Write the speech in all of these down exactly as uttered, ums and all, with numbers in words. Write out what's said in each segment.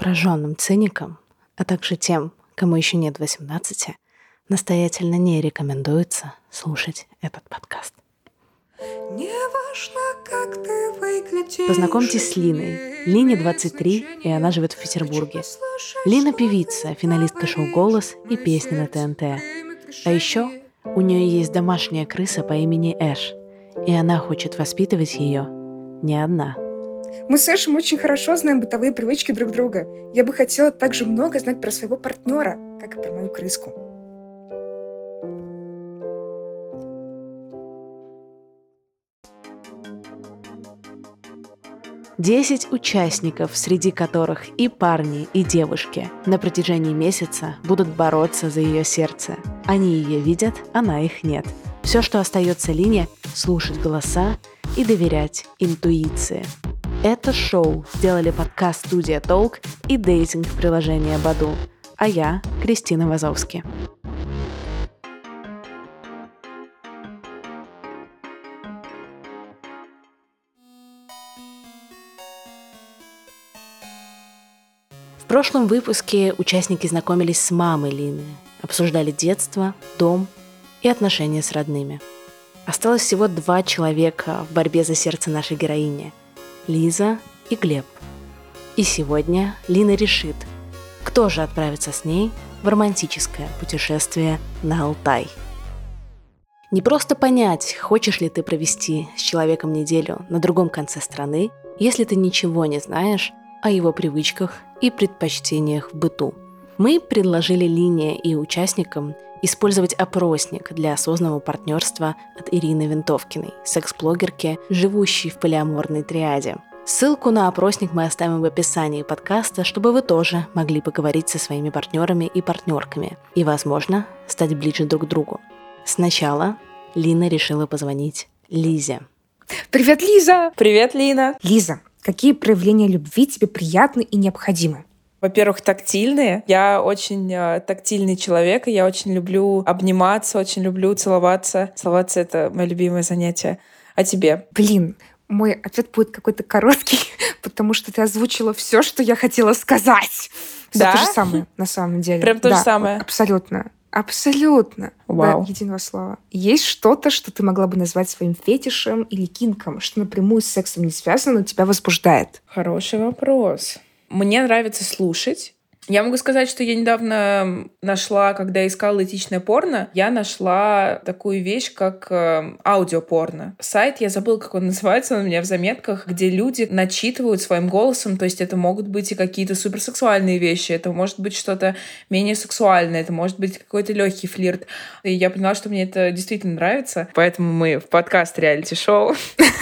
прожженным циникам, а также тем, кому еще нет восемнадцати, настоятельно не рекомендуется слушать этот подкаст. Не важно, как ты выглядишь. Познакомьтесь с Линой. Лине двадцать три, и она живет в Петербурге. Лина — певица, финалистка шоу «Голос» и песни на ТНТ. А еще у нее есть домашняя крыса по имени Эш, и она хочет воспитывать ее не одна. Мы с Эшем очень хорошо знаем бытовые привычки друг друга. Я бы хотела так же много знать про своего партнера, как и про мою крыску. Десять участников, среди которых и парни, и девушки, на протяжении месяца будут бороться за ее сердце. Они ее видят, она их нет. Все, что остается Лине, слушать голоса и доверять интуиции. Это шоу сделали подкаст-студия «Толк» и дейтинг-приложение «Баду». А я — Кристина Вазовски. В прошлом выпуске участники знакомились с мамой Лины, обсуждали детство, дом и отношения с родными. Осталось всего два человека в борьбе за сердце нашей героини – Лиза и Глеб. И сегодня Лина решит, кто же отправится с ней в романтическое путешествие на Алтай. Не просто понять, хочешь ли ты провести с человеком неделю на другом конце страны, если ты ничего не знаешь о его привычках и предпочтениях в быту. Мы предложили Лине и участникам использовать опросник для осознанного партнерства от Ирины Винтовкиной, секс-блогерки, живущей в полиаморной триаде. Ссылку на опросник мы оставим в описании подкаста, чтобы вы тоже могли поговорить со своими партнерами и партнерками и, возможно, стать ближе друг к другу. Сначала Лина решила позвонить Лизе. Привет, Лиза! Привет, Лина! Лиза, какие проявления любви тебе приятны и необходимы? Во-первых, тактильные. Я очень э, тактильный человек, и я очень люблю обниматься, очень люблю целоваться. Целоваться — это мое любимое занятие. А тебе? Блин, мой ответ будет какой-то короткий, потому что ты озвучила все, что я хотела сказать. Да? Все то же самое, на самом деле. Прям то да, же самое? Абсолютно. Абсолютно. Вау. Да, единого слова. Есть что-то, что ты могла бы назвать своим фетишем или кинком, что напрямую с сексом не связано, но тебя возбуждает? Хороший вопрос. Мне нравится слушать. Я могу сказать, что я недавно нашла, когда искала этичное порно, я нашла такую вещь, как э, аудиопорно. Сайт, я забыла, как он называется, он у меня в заметках, где люди начитывают своим голосом, то есть это могут быть и какие-то суперсексуальные вещи, это может быть что-то менее сексуальное, это может быть какой-то легкий флирт. И я поняла, что мне это действительно нравится, поэтому мы в подкаст реалити-шоу.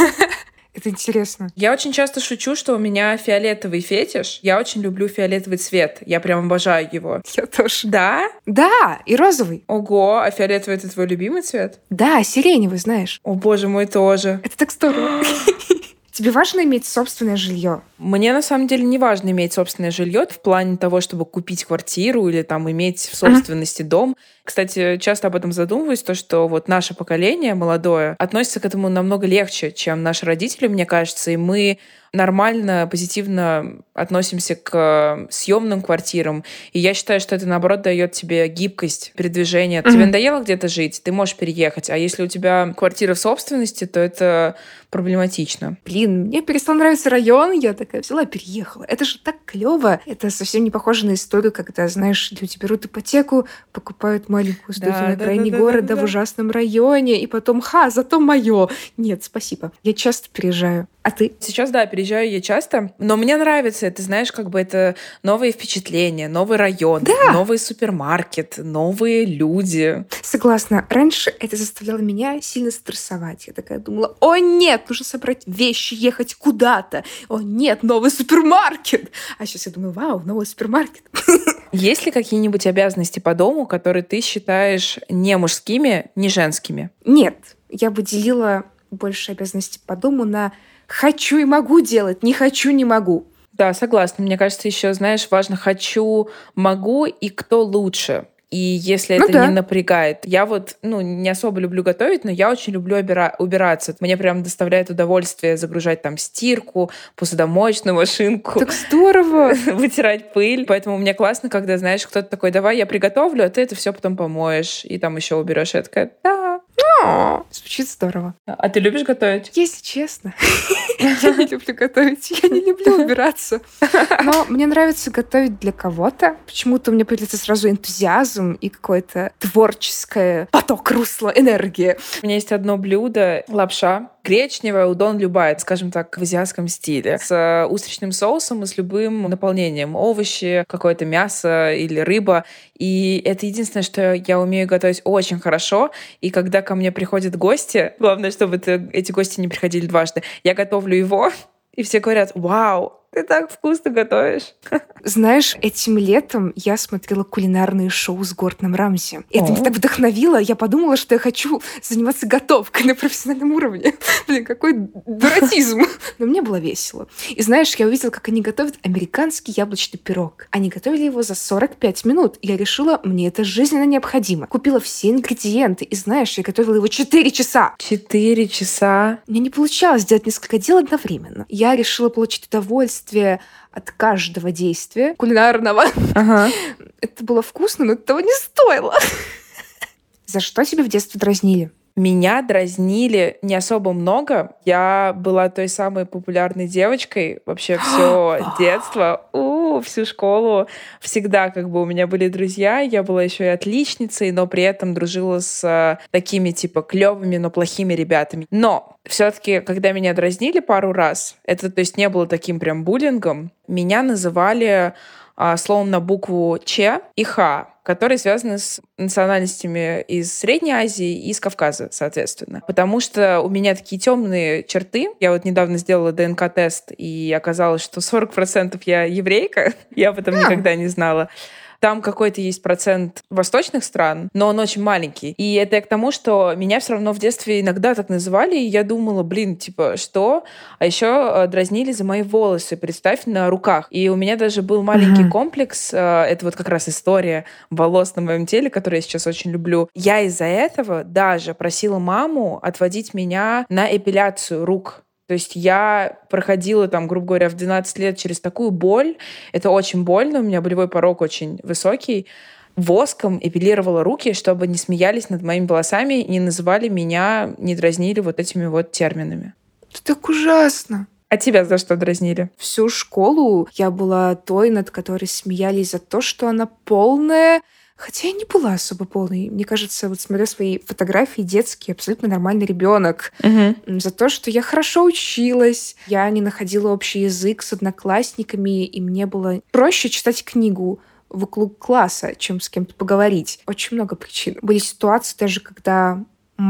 Это интересно. Я очень часто шучу, что у меня фиолетовый фетиш. Я очень люблю фиолетовый цвет. Я прям обожаю его. Я тоже. Да? Да, и розовый. Ого, а фиолетовый — это твой любимый цвет? Да, сиреневый, знаешь. О, боже мой, тоже. Это так здорово. Тебе важно иметь собственное жилье? Мне на самом деле не важно иметь собственное жилье в плане того, чтобы купить квартиру или там иметь в собственности дом. Кстати, часто об этом задумываюсь, то, что вот наше поколение молодое относится к этому намного легче, чем наши родители, мне кажется, и мы нормально, позитивно относимся к съемным квартирам. И я считаю, что это, наоборот, дает тебе гибкость передвижения. Mm-hmm. Тебе надоело где-то жить, ты можешь переехать. А если у тебя квартира в собственности, то это проблематично. Блин, мне перестал нравиться район, я такая взяла и переехала. Это же так клево. Это совсем не похоже на историю, когда, знаешь, люди берут ипотеку, покупают маленькую студию да, на да, окраине да, города да, да, в ужасном районе, и потом, ха, зато мое. Нет, спасибо. Я часто переезжаю. А ты? Сейчас, да, переезжаю я часто, но мне нравится это, знаешь, как бы это новые впечатления, новый район, да. новый супермаркет, новые люди. Согласна. Раньше это заставляло меня сильно стрессовать. Я такая думала, о нет, нужно собрать вещи, ехать куда-то. О нет, новый супермаркет. А сейчас я думаю, вау, новый супермаркет. Есть ли какие-нибудь обязанности по дому, которые ты считаешь не мужскими, не женскими? Нет. Я бы делила больше обязанностей по дому на «хочу и могу делать, не хочу, не могу». Да, согласна. Мне кажется, еще, знаешь, важно «хочу, могу» и «кто лучше». И если Ну это да. не напрягает. Я вот, ну, не особо люблю готовить, но я очень люблю обира- убираться. Мне прям доставляет удовольствие загружать там стирку, посудомоечную машинку, Так здорово! вытирать пыль. Поэтому мне классно, когда, знаешь, кто-то такой, давай я приготовлю, а ты это все потом помоешь. И там еще уберешь. Я такая, да. О, звучит здорово. А ты любишь готовить? Если честно, я не люблю готовить, я не люблю убираться. Но мне нравится готовить для кого-то. Почему-то у меня появляется сразу энтузиазм и какое-то творческое поток, русло, энергия. У меня есть одно блюдо — лапша. Гречневая, удон любая, скажем так, в азиатском стиле. С э, устричным соусом и с любым наполнением. Овощи, какое-то мясо или рыба. И это единственное, что я умею готовить очень хорошо. И когда ко мне приходят гости, главное, чтобы это, эти гости не приходили дважды, я готовлю его, и все говорят: «Вау, ты так вкусно готовишь». Знаешь, этим летом я смотрела кулинарные шоу с Гордоном Рамзи. И это О. меня так вдохновило. Я подумала, что я хочу заниматься готовкой на профессиональном уровне. Блин, какой дуратизм. Но мне было весело. И знаешь, я увидела, как они готовят американский яблочный пирог. Они готовили его за сорок пять минут. И я решила, мне это жизненно необходимо. Купила все ингредиенты. И знаешь, я готовила его четыре часа. Четыре часа. Мне не получалось сделать несколько дел одновременно. Я решила получить удовольствие от каждого действия кулинарного. Ага. Это было вкусно, но этого не стоило. За что тебя в детстве дразнили? Меня дразнили не особо много. Я была той самой популярной девочкой вообще все детство, у, всю школу. Всегда как бы у меня были друзья. Я была еще и отличницей, но при этом дружила с а, такими типа клевыми, но плохими ребятами. Но все-таки, когда меня дразнили пару раз, это то есть не было таким прям буллингом, меня называли а, словом на букву Ч и Х, которые связаны с национальностями из Средней Азии и из Кавказа, соответственно. Потому что у меня такие темные черты. Я вот недавно сделала ДНК-тест, и оказалось, что сорок процентов я еврейка. Я об этом А. никогда не знала. Там какой-то есть процент восточных стран, но он очень маленький. И это я к тому, что меня все равно в детстве иногда так называли, и я думала, блин, типа, что? А еще дразнили за мои волосы, представь, на руках. И у меня даже был маленький Ага. комплекс, э, это вот как раз история волос на моем теле, которую я сейчас очень люблю. Я из-за этого даже просила маму отводить меня на эпиляцию рук. То есть я проходила там, грубо говоря, в двенадцать лет через такую боль. Это очень больно, у меня болевой порог очень высокий. Воском эпилировала руки, чтобы не смеялись над моими волосами, не называли меня, не дразнили вот этими вот терминами. Это так ужасно. А тебя за что дразнили? Всю школу я была той, над которой смеялись за то, что она полная. Хотя я не была особо полной. Мне кажется, вот смотря свои фотографии детские, абсолютно нормальный ребенок. Угу. За то, что я хорошо училась, я не находила общий язык с одноклассниками, и мне было проще читать книгу вокруг класса, чем с кем-то поговорить. Очень много причин. Были ситуации даже, когда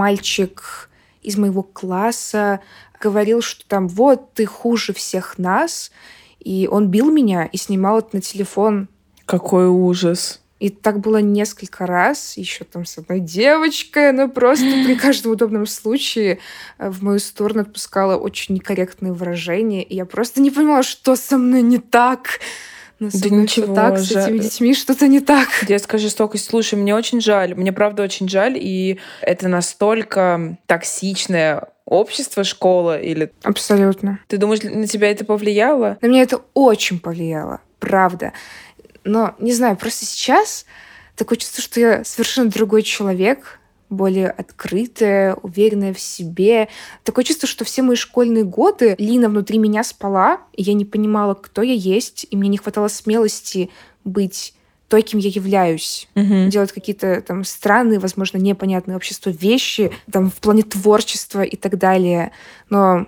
мальчик из моего класса говорил, что там вот ты хуже всех нас, и он бил меня и снимал это на телефон. Какой ужас. И так было несколько раз, еще там с одной девочкой, она просто при каждом удобном случае в мою сторону отпускала очень некорректные выражения, и я просто не понимала, что со мной не так. Но со Да мной ничего всё так, с же. этими детьми что-то не так. Детская жестокость. Слушай, мне очень жаль. Мне правда очень жаль. И это настолько токсичное общество, школа или... Абсолютно. Ты думаешь, на тебя это повлияло? На меня это очень повлияло, правда. Но, не знаю, просто сейчас такое чувство, что я совершенно другой человек, более открытая, уверенная в себе. Такое чувство, что все мои школьные годы Лина внутри меня спала, и я не понимала, кто я есть, и мне не хватало смелости быть той, кем я являюсь. Угу. Делать какие-то там странные, возможно, непонятные обществу вещи, там, в плане творчества и так далее. Но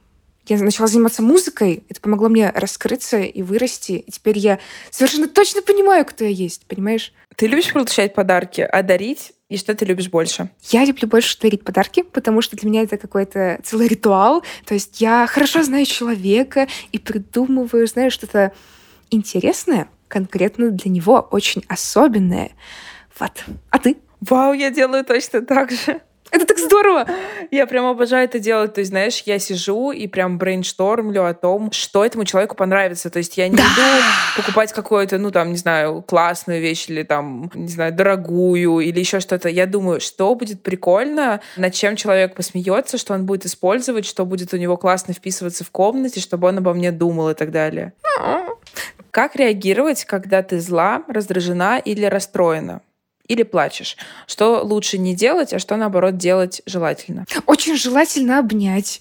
я начала заниматься музыкой, это помогло мне раскрыться и вырасти. И теперь я совершенно точно понимаю, кто я есть, понимаешь? Ты любишь получать подарки, а дарить? И что ты любишь больше? Я люблю больше дарить подарки, потому что для меня это какой-то целый ритуал. То есть я хорошо знаю человека и придумываю, знаешь, что-то интересное, конкретно для него, очень особенное. Вот. А ты? Вау, я делаю точно так же. Это так здорово! Я прям обожаю это делать. То есть, знаешь, я сижу и прям брейнштормлю о том, что этому человеку понравится. То есть я не Да. иду покупать какую-то, ну, там, не знаю, классную вещь или там, не знаю, дорогую или еще что-то. Я думаю, что будет прикольно, над чем человек посмеется, что он будет использовать, что будет у него классно вписываться в комнате, чтобы он обо мне думал и так далее. Как реагировать, когда ты зла, раздражена или расстроена? Или плачешь? Что лучше не делать, а что, наоборот, делать желательно? Очень желательно обнять.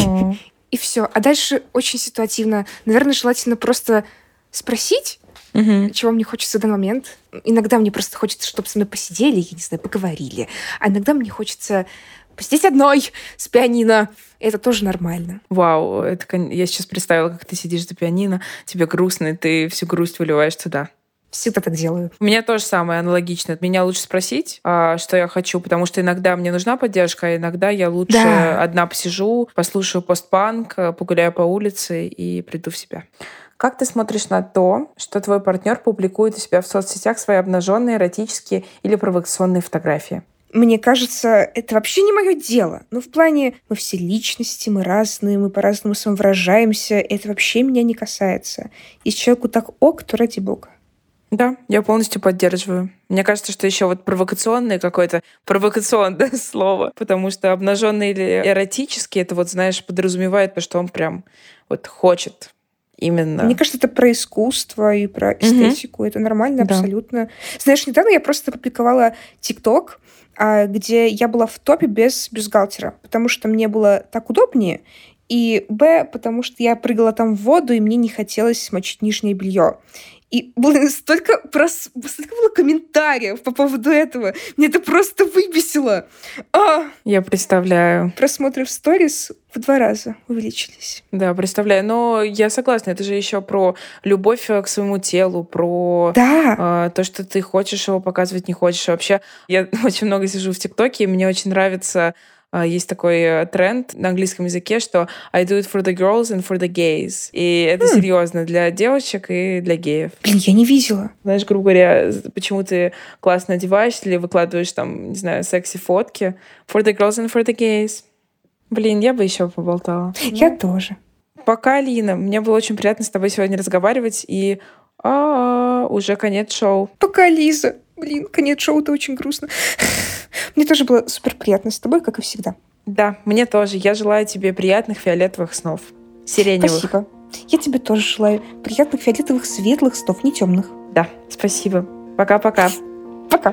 И все. А дальше очень ситуативно. Наверное, желательно просто спросить, Мгм. чего мне хочется в данный момент. Иногда мне просто хочется, чтобы со мной посидели, я не знаю, поговорили. А иногда мне хочется посидеть одной с пианино. Это тоже нормально. Вау, это, кон- я сейчас представила, как ты сидишь за пианино, тебе грустно, и ты всю грусть выливаешь туда. Всегда так делаю. У меня тоже самое аналогично. Меня лучше спросить, а, что я хочу, потому что иногда мне нужна поддержка, а иногда я лучше Да. одна посижу, послушаю постпанк, э, погуляю по улице и приду в себя. Как ты смотришь на то, что твой партнер публикует у себя в соцсетях свои обнаженные, эротические или провокационные фотографии? Мне кажется, это вообще не мое дело. Ну, в плане, мы все личности, мы разные, мы по-разному самовыражаемся. Это вообще меня не касается. Если человеку так ок, то ради бога. Да, я полностью поддерживаю. Мне кажется, что еще вот провокационное какое-то провокационное слово, потому что обнаженный или эротический, это вот, знаешь, подразумевает то, что он прям вот хочет именно. Мне кажется, это про искусство и про Мгм. эстетику. Это нормально Да. абсолютно. Знаешь, недавно я просто опубликовала ТикТок, а, где я была в топе без бюстгальтера, потому что мне было так удобнее, и б, потому что я прыгала там в воду, и мне не хотелось смочить нижнее белье. И было столько, прос... столько было комментариев по поводу этого. Мне это просто выбесило. А, Я представляю. просмотры в сторис в два раза увеличились. Да, представляю. Но я согласна, это же еще про любовь э, к своему телу, про Да. э, то, что ты хочешь его показывать, не хочешь. Вообще, я очень много сижу в ТикТоке, и мне очень нравится, э, есть такой э, тренд на английском языке, что I do it for the girls and for the gays. И это М. серьезно для девочек и для геев. Блин, я не видела. Знаешь, грубо говоря, з- почему ты классно одеваешься или выкладываешь там, не знаю, секси-фотки. For the girls and for the gays. Блин, я бы еще поболтала. Я Ну, тоже. пока, Алина. Мне было очень приятно с тобой сегодня разговаривать. И а, уже конец шоу. Пока, Лиза. Блин, конец шоу-то очень грустно. Мне тоже было супер приятно с тобой, как и всегда. Да, мне тоже. Я желаю тебе приятных фиолетовых снов. Сиреневых. Спасибо. Я тебе тоже желаю приятных фиолетовых, светлых снов, не темных. Да, спасибо. Пока-пока. Пока.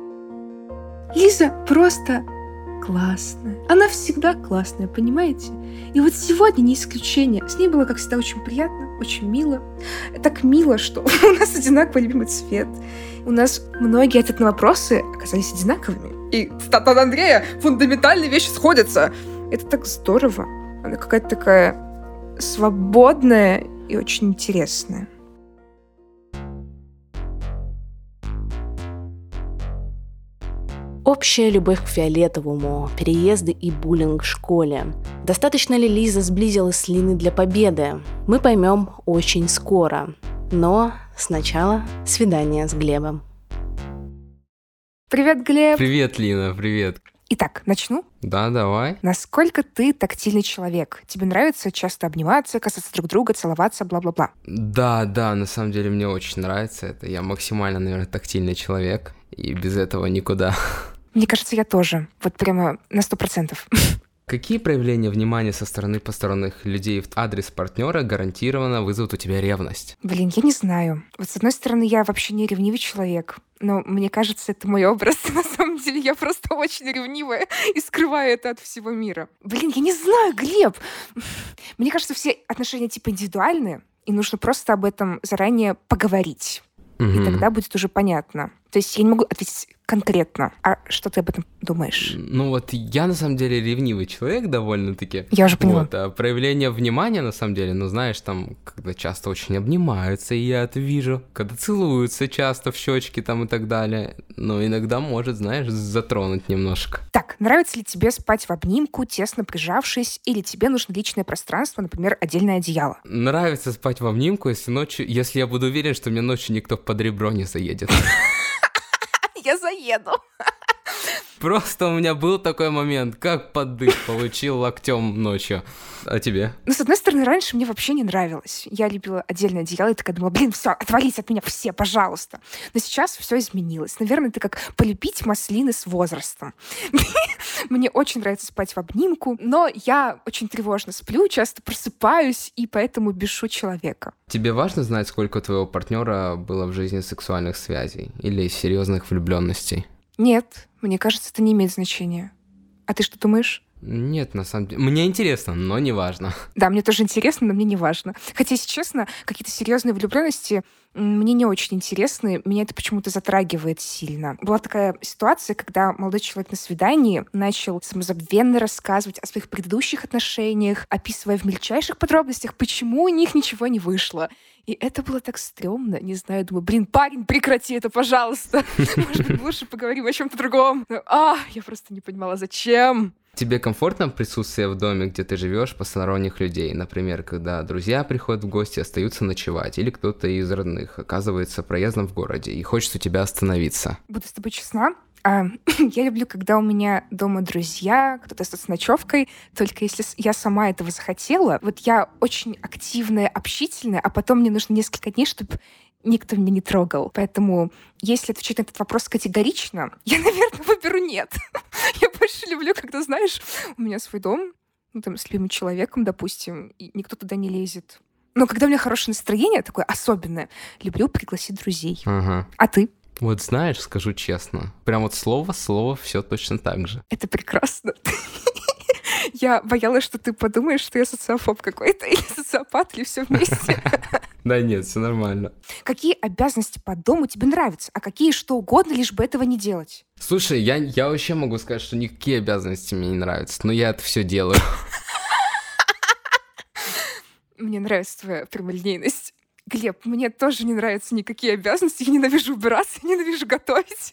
Лиза просто классная. Она всегда классная, понимаете? И вот сегодня не исключение. С ней было, как всегда, очень приятно, очень мило. Так мило, что у нас одинаковый любимый цвет. У нас многие ответы на вопросы оказались одинаковыми. И с Татьяной Андрея фундаментальные вещи сходятся. Это так здорово. Она какая-то такая свободная и очень интересная. Общая любовь к фиолетовому, переезды и буллинг в школе. Достаточно ли Лиза сблизилась с Линой для победы? Мы поймем очень скоро. Но сначала свидание с Глебом. Привет, Глеб. Привет, Лина, привет. Итак, начну. Да, давай. Насколько ты тактильный человек? Тебе нравится часто обниматься, касаться друг друга, целоваться, бла-бла-бла? Да, да, на самом деле мне очень нравится это. Я максимально, наверное, тактильный человек, и без этого никуда. Мне кажется, я тоже. Вот прямо на сто процентов. Какие проявления внимания со стороны посторонних людей в адрес партнера гарантированно вызовут у тебя ревность? Блин, я не знаю. Вот с одной стороны, я вообще не ревнивый человек, но мне кажется, это мой образ. На самом деле, я просто очень ревнивая и скрываю это от всего мира. Блин, я не знаю, Глеб. Мне кажется, все отношения типа индивидуальные, и нужно просто об этом заранее поговорить. И Мгм. тогда будет уже понятно. То есть я не могу ответить конкретно. А что ты об этом думаешь? Ну вот я на самом деле ревнивый человек довольно-таки. Я уже поняла. Вот, а проявление внимания на самом деле, ну знаешь, там, когда часто очень обнимаются, и я это вижу, когда целуются часто в щечки там и так далее, но иногда может, знаешь, затронуть немножко. Так, нравится ли тебе спать в обнимку, тесно прижавшись, или тебе нужно личное пространство, например, отдельное одеяло? Нравится спать в обнимку, если ночью, если я буду уверен, что мне ночью никто под ребро не заедет. Я заеду. Просто у меня был такой момент, как поддых получил локтем ночью. А тебе? Ну, с одной стороны, раньше мне вообще не нравилось. Я любила отдельное одеяло и такая думала, блин, все, отвалите от меня все, пожалуйста. Но сейчас все изменилось. Наверное, это как полюбить маслины с возрастом. Мне очень нравится спать в обнимку, но я очень тревожно сплю, часто просыпаюсь, и поэтому бешу человека. Тебе важно знать, сколько у твоего партнера было в жизни сексуальных связей или серьезных влюбленностей? Нет, мне кажется, это не имеет значения. А ты что думаешь? Нет, на самом деле. Мне интересно, но не важно. Да, мне тоже интересно, но мне не важно. Хотя, если честно, какие-то серьезные влюбленности мне не очень интересны. Меня это почему-то затрагивает сильно. Была такая ситуация, когда молодой человек на свидании начал самозабвенно рассказывать о своих предыдущих отношениях, описывая в мельчайших подробностях, почему у них ничего не вышло. И это было так стрёмно. Не знаю, думаю, блин, парень, прекрати это, пожалуйста. Может быть, лучше поговорим о чем-то другом. Но, а, я просто не понимала, зачем. Тебе комфортно присутствие в доме, где ты живешь, посторонних людей? Например, когда друзья приходят в гости, остаются ночевать, или кто-то из родных оказывается проездом в городе и хочет у тебя остановиться? Буду с тобой честна. А, я люблю, когда у меня дома друзья, кто-то с ночевкой, только если я сама этого захотела. Вот я очень активная, общительная, а потом мне нужно несколько дней, чтобы никто меня не трогал. Поэтому, если отвечать на этот вопрос категорично, я, наверное, выберу нет. Я больше люблю, когда, знаешь, у меня свой дом, ну, там, с любимым человеком, допустим, и никто туда не лезет. Но когда у меня хорошее настроение, такое особенное, люблю пригласить друзей. Ага. А ты? Вот знаешь, скажу честно, прям вот слово в слово все точно так же. Это прекрасно. Я боялась, что ты подумаешь, что я социофоб какой-то, или социопат, или все вместе. Да нет, все нормально. Какие обязанности по дому тебе нравятся, а какие что угодно, лишь бы этого не делать? Слушай, я, я вообще могу сказать, что никакие обязанности мне не нравятся, но я это все делаю. Мне нравится твоя прямолинейность. Глеб, мне тоже не нравятся никакие обязанности. Я ненавижу убираться, я ненавижу готовить.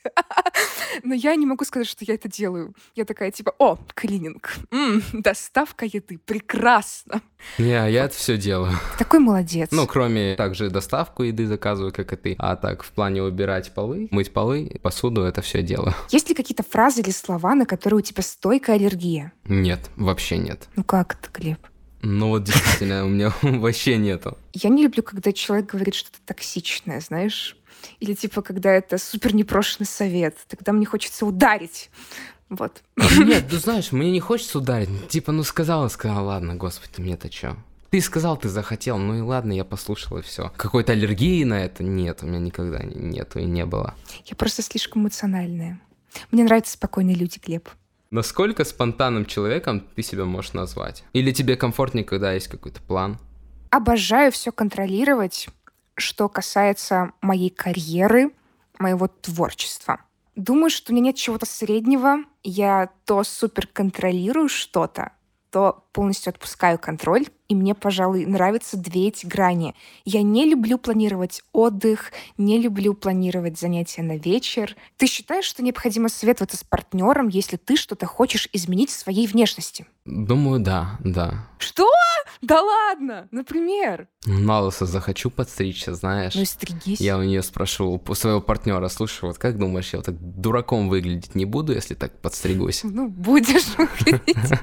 Но я не могу сказать, что я это делаю. Я такая типа, о, клининг, м-м, доставка еды, прекрасно. Не, я это все делаю. Такой молодец. Ну, кроме также доставку еды заказываю, как и ты. А так, в плане убирать полы, мыть полы, посуду, это все делаю. Есть ли какие-то фразы или слова, на которые у тебя стойкая аллергия? Нет, вообще нет. Ну как это, Глеб? Ну вот действительно, у меня вообще нету. Я не люблю, когда человек говорит что-то токсичное, знаешь? Или типа, когда это супер непрошенный совет. Тогда мне хочется ударить. Вот. Нет, ты знаешь, мне не хочется ударить. Типа, ну сказала, сказала, ладно, господи, мне-то чё? Ты сказал, ты захотел, ну и ладно, я послушал, и все. Какой-то аллергии на это нет, у меня никогда нету и не было. Я просто слишком эмоциональная. Мне нравятся спокойные люди, Глеб. Насколько спонтанным человеком ты себя можешь назвать? Или тебе комфортнее, когда есть какой-то план? Обожаю все контролировать, что касается моей карьеры, моего творчества. Думаю, что у меня нет чего-то среднего. Я то супер контролирую что-то, то полностью отпускаю контроль. И мне, пожалуй, нравятся две эти грани. Я не люблю планировать отдых, не люблю планировать занятия на вечер. Ты считаешь, что необходимо советоваться с партнером, если ты что-то хочешь изменить в своей внешности? Думаю, да, да. Что? Да ладно! Например? На лысо захочу подстричься, знаешь. Ну и стригись. Я у нее спрошу, у своего партнера, слушай, вот как думаешь, я вот так дураком выглядеть не буду, если так подстригусь? Ну, будешь выглядеть.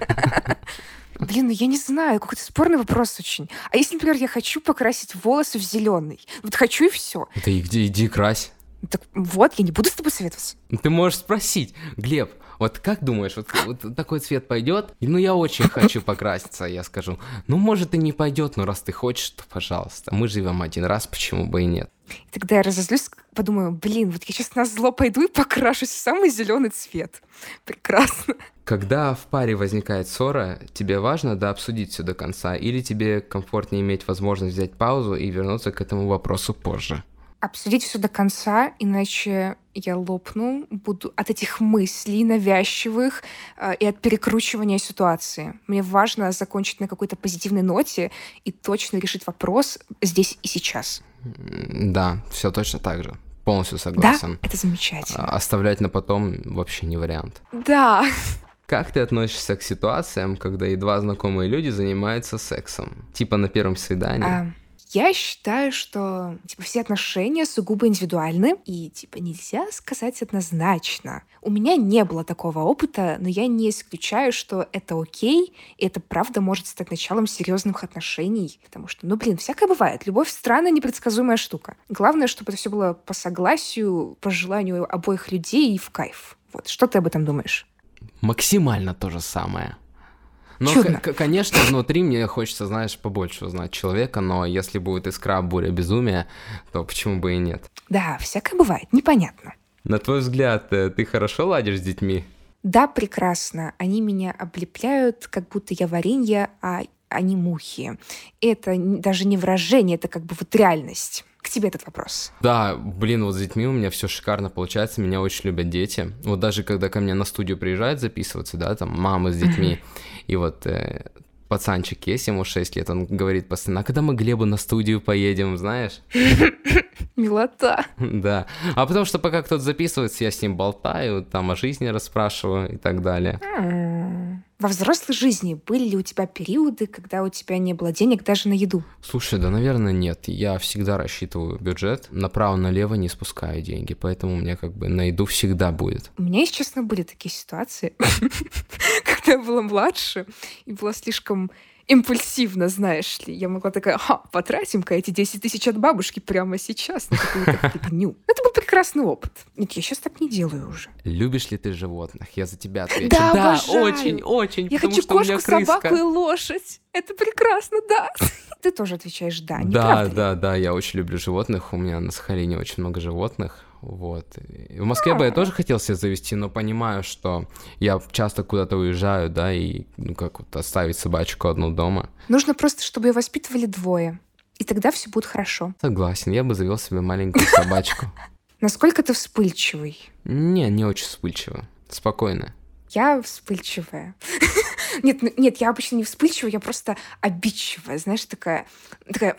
Блин, ну я не знаю, какой-то спорный вопрос очень. А если, например, я хочу покрасить волосы в зеленый? Вот хочу и все. Да иди, иди крась. Так вот, я не буду с тобой советоваться. Ты можешь спросить, Глеб, вот как думаешь, вот, вот такой цвет пойдет? Ну, я очень хочу покраситься, я скажу. Ну, может, и не пойдет, но раз ты хочешь, то пожалуйста. Мы живем один раз, почему бы и нет. И тогда я разозлюсь, подумаю, блин, вот я сейчас на зло пойду и покрашусь в самый зеленый цвет. Прекрасно. Когда в паре возникает ссора, тебе важно да, обсудить все до конца, или тебе комфортнее иметь возможность взять паузу и вернуться к этому вопросу позже? Обсудить все до конца, иначе я лопну, буду от этих мыслей навязчивых э, и от перекручивания ситуации. Мне важно закончить на какой-то позитивной ноте и точно решить вопрос здесь и сейчас. Да, все точно так же. Полностью согласен. Да, это замечательно. Оставлять на потом вообще не вариант. Да. Как ты относишься к ситуациям, когда едва знакомые люди занимаются сексом? Типа на первом свидании? А, Я считаю, что типа все отношения сугубо индивидуальны, и типа нельзя сказать однозначно. У меня не было такого опыта, но я не исключаю, что это окей, и это правда может стать началом серьезных отношений, потому что, ну блин, всякое бывает. Любовь странная, непредсказуемая штука. Главное, чтобы это все было по согласию, по желанию обоих людей и в кайф. Вот, что ты об этом думаешь? Максимально то же самое. Но, Чудно. к- конечно, внутри мне хочется, знаешь, побольше узнать человека, но если будет искра, буря, безумие, то почему бы и нет? Да, всякое бывает, непонятно. На твой взгляд, э, ты хорошо ладишь с детьми? Да, прекрасно. Они меня облепляют, как будто я варенье, а они мухи. Это н- даже не выражение, это как бы вот реальность. К тебе этот вопрос. Да, блин, вот с детьми у меня все шикарно получается, меня очень любят дети. Вот даже когда ко мне на студию приезжают записываться, да, там мамы с детьми, и вот э, пацанчик есть, ему шесть лет, он говорит постоянно: а когда мы к Глебу на студию поедем, знаешь? Милота. Да. А потому что пока кто-то записывается, я с ним болтаю, там о жизни расспрашиваю и так далее. М. Во взрослой жизни были ли у тебя периоды, когда у тебя не было денег даже на еду? Слушай, да, наверное, нет. Я всегда рассчитываю бюджет, направо-налево не спускаю деньги, поэтому у меня как бы на еду всегда будет. У меня, если честно, были такие ситуации, когда я была младше и была слишком импульсивно, знаешь ли. Я могла такая: ха, потратим-ка эти десять тысяч от бабушки прямо сейчас на какую-то фигню. Это был прекрасный опыт. Нет, я сейчас так не делаю уже. Любишь ли ты животных? Я за тебя отвечу. Да, обожаю. очень, очень, Я потому хочу что у меня кошку, крыска. собаку и лошадь. Это прекрасно, да. Ты тоже отвечаешь «да», не Да, правда ли? да, да, я очень люблю животных. У меня на Сахалине очень много животных. Вот. И в Москве бы я тоже хотел себе завести, но понимаю, что я часто куда-то уезжаю, да, и ну как вот оставить собачку одну дома. Нужно просто, чтобы ее воспитывали двое. И тогда все будет хорошо. Согласен, я бы завел себе маленькую собачку. Насколько ты вспыльчивый? Не, не очень вспыльчиво. Спокойно. Я вспыльчивая. Нет, ну- нет, я обычно не вспыльчивая, я просто обидчивая, знаешь, такая... такая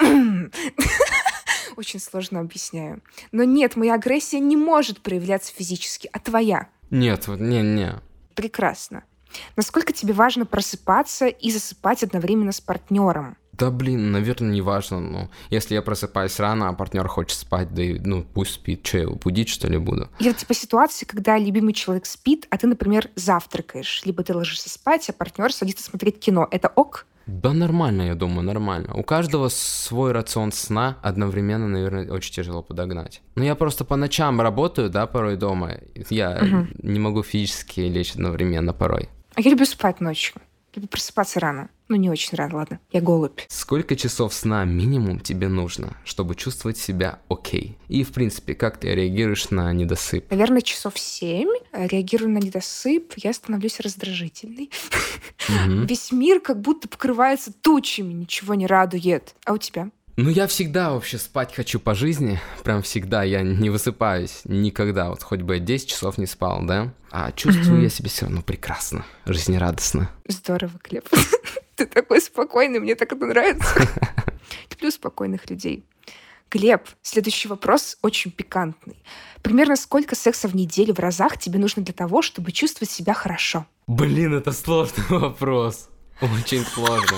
Очень сложно объясняю. Но нет, моя агрессия не может проявляться физически, а твоя. Нет, вот не-не. Прекрасно. Насколько тебе важно просыпаться и засыпать одновременно с партнером? Да блин, наверное, не важно. Ну, если я просыпаюсь рано, а партнер хочет спать, да и ну пусть спит. Че, я его будить, что ли, буду? Или вот типа ситуации, когда любимый человек спит, а ты, например, завтракаешь. Либо ты ложишься спать, а партнер садится смотреть кино. Это ок? Да нормально, я думаю, нормально. У каждого свой рацион сна, одновременно, наверное, очень тяжело подогнать. Но я просто по ночам работаю, да, порой дома. Я Мгм. не могу физически лечь одновременно порой. А я люблю спать ночью. Люблю просыпаться рано. Ну, не очень рано, ладно. Я голубь. Сколько часов сна минимум тебе нужно, чтобы чувствовать себя окей? И, в принципе, как ты реагируешь на недосып? Наверное, часов семь. Э, Реагирую на недосып, я становлюсь раздражительной. Мгм. Весь мир как будто покрывается тучами, ничего не радует. А у тебя? Ну, я всегда вообще спать хочу по жизни, прям всегда, я не высыпаюсь никогда, вот хоть бы я десять часов не спал, да? А чувствую Мгм. я себя все равно прекрасно, жизнерадостно. Здорово, Глеб. Ты такой спокойный, мне так это нравится. Люблю спокойных людей. Глеб, следующий вопрос очень пикантный. Примерно сколько секса в неделю в разах тебе нужно для того, чтобы чувствовать себя хорошо? Блин, это сложный вопрос, очень сложно.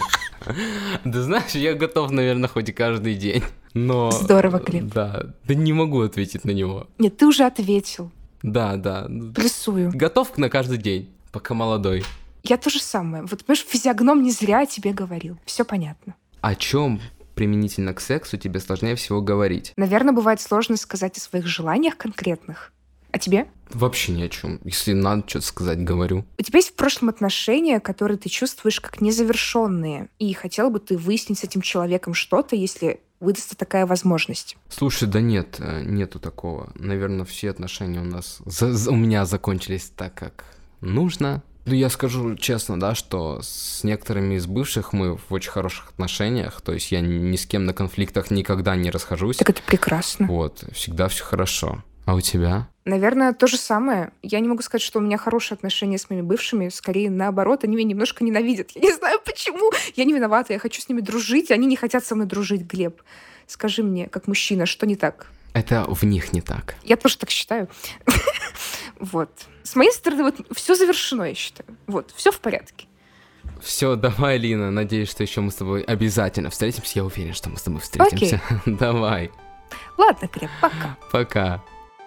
Да знаешь, я готов, наверное, хоть и каждый день, но... Здорово, Глеб. Да, да не могу ответить на него. Нет, ты уже ответил. Да, да, Плюсую. готов на каждый день, пока молодой. Я то же самое. Вот, понимаешь, физиогном не зря о тебе говорил. Все понятно. О чем применительно к сексу тебе сложнее всего говорить? Наверное, бывает сложно сказать о своих желаниях конкретных. А тебе? Вообще ни о чем. Если надо что-то сказать, говорю. У тебя есть в прошлом отношения, которые ты чувствуешь как незавершенные, и хотел бы ты выяснить с этим человеком что-то, если выдастся такая возможность? Слушай, да нет, э, нету такого. Наверное, все отношения у нас, за- за- у меня закончились так, как нужно. Ну, я скажу честно, да, что с некоторыми из бывших мы в очень хороших отношениях, то есть я ни с кем на конфликтах никогда не расхожусь. Так это прекрасно. Вот, всегда все хорошо. А у тебя? Наверное, то же самое. Я не могу сказать, что у меня хорошие отношения с моими бывшими. Скорее, наоборот, они меня немножко ненавидят. Я не знаю, почему. Я не виновата, я хочу с ними дружить, они не хотят со мной дружить, Глеб. Скажи мне, как мужчина, что не так? Это в них не так. Я тоже так считаю. Вот. С моей стороны, вот все завершено, я считаю. Вот, все в порядке. Все, давай, Лина. Надеюсь, что еще мы с тобой обязательно встретимся. Я уверен, что мы с тобой встретимся. Давай. Ладно, Глеб, пока. Пока.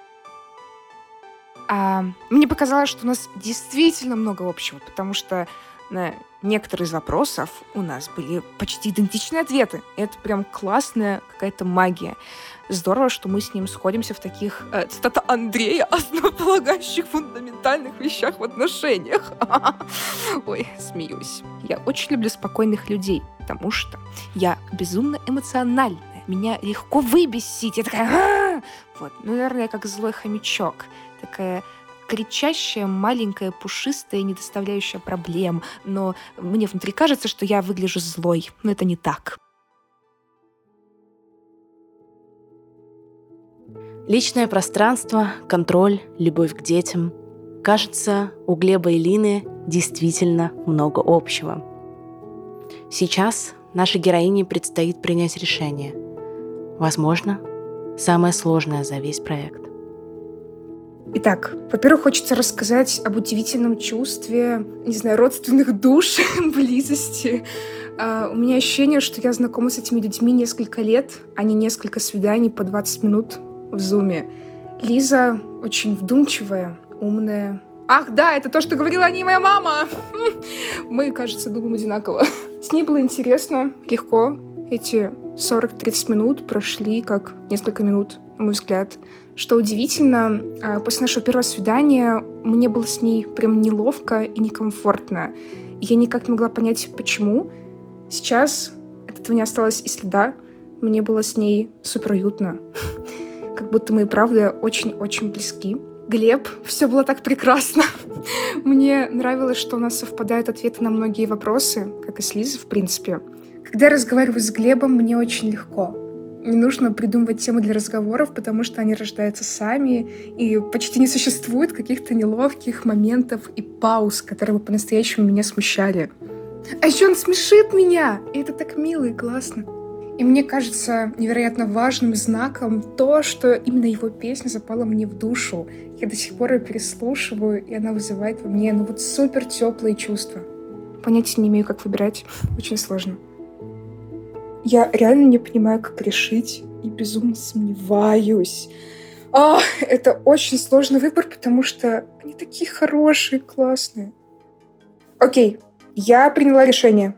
А, мне показалось, что у нас действительно много общего, потому что на некоторые из вопросов у нас были почти идентичные ответы. Это прям классная какая-то магия. Здорово, что мы с ним сходимся в таких, э, цитата Андрея, основополагающих фундаментальных вещах в отношениях. Ой, смеюсь. Я очень люблю спокойных людей, потому что я безумно эмоциональная. Меня легко выбесить. Я такая... «А-а-а!» Вот, ну, наверное, я как злой хомячок. Такая кричащая, маленькая, пушистая, не доставляющая проблем. Но мне внутри кажется, что я выгляжу злой. Но это не так. Личное пространство, контроль, любовь к детям. Кажется, у Глеба и Лины действительно много общего. Сейчас нашей героине предстоит принять решение. Возможно, самое сложное за весь проект. Итак, во-первых, хочется рассказать об удивительном чувстве, не знаю, родственных душ, близости. Uh, у меня ощущение, что я знакома с этими людьми несколько лет, а не несколько свиданий по двадцать минут в зуме. Лиза очень вдумчивая, умная. Ах, да, это то, что говорила о ней моя мама! Мы, кажется, думаем одинаково. С ней было интересно, легко. Эти сорок-тридцать минут прошли как несколько минут, на мой взгляд. Что удивительно, после нашего первого свидания мне было с ней прям неловко и некомфортно. И я никак не могла понять, почему. Сейчас от этого не осталось и следа. Мне было с ней супер уютно. Как будто мы и правда очень-очень близки. Глеб, все было так прекрасно. Мне нравилось, что у нас совпадают ответы на многие вопросы, как и с Лизой, в принципе. Когда я разговариваю с Глебом, мне очень легко. Не нужно придумывать темы для разговоров, потому что они рождаются сами, и почти не существует каких-то неловких моментов и пауз, которые бы по-настоящему меня смущали. А еще он смешит меня, и это так мило и классно. И мне кажется невероятно важным знаком то, что именно его песня запала мне в душу. Я до сих пор ее переслушиваю, и она вызывает во мне ну вот супер теплые чувства. Понятия не имею, как выбирать. Очень сложно. Я реально не понимаю, как решить, и безумно сомневаюсь. А, это очень сложный выбор, потому что они такие хорошие, классные. Окей, я приняла решение.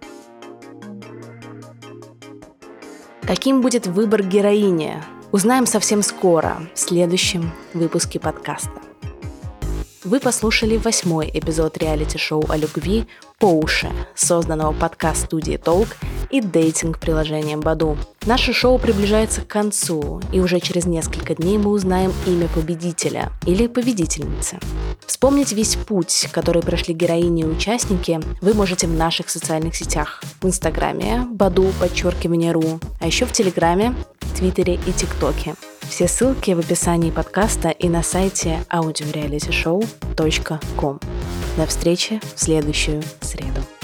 Каким будет выбор героини? Узнаем совсем скоро, в следующем выпуске подкаста. Вы послушали восьмой эпизод реалити-шоу о любви «По уши», созданного подкаст-студией Толк и дейтинг-приложением Баду. Наше шоу приближается к концу, и уже через несколько дней мы узнаем имя победителя или победительницы. Вспомнить весь путь, который прошли героини и участники, вы можете в наших социальных сетях. В Инстаграме Баду, подчеркивание ру, а еще в Телеграме, Твиттере и ТикТоке. Все ссылки в описании подкаста и на сайте аудиореалитишоу точка ком. До встречи в следующую среду.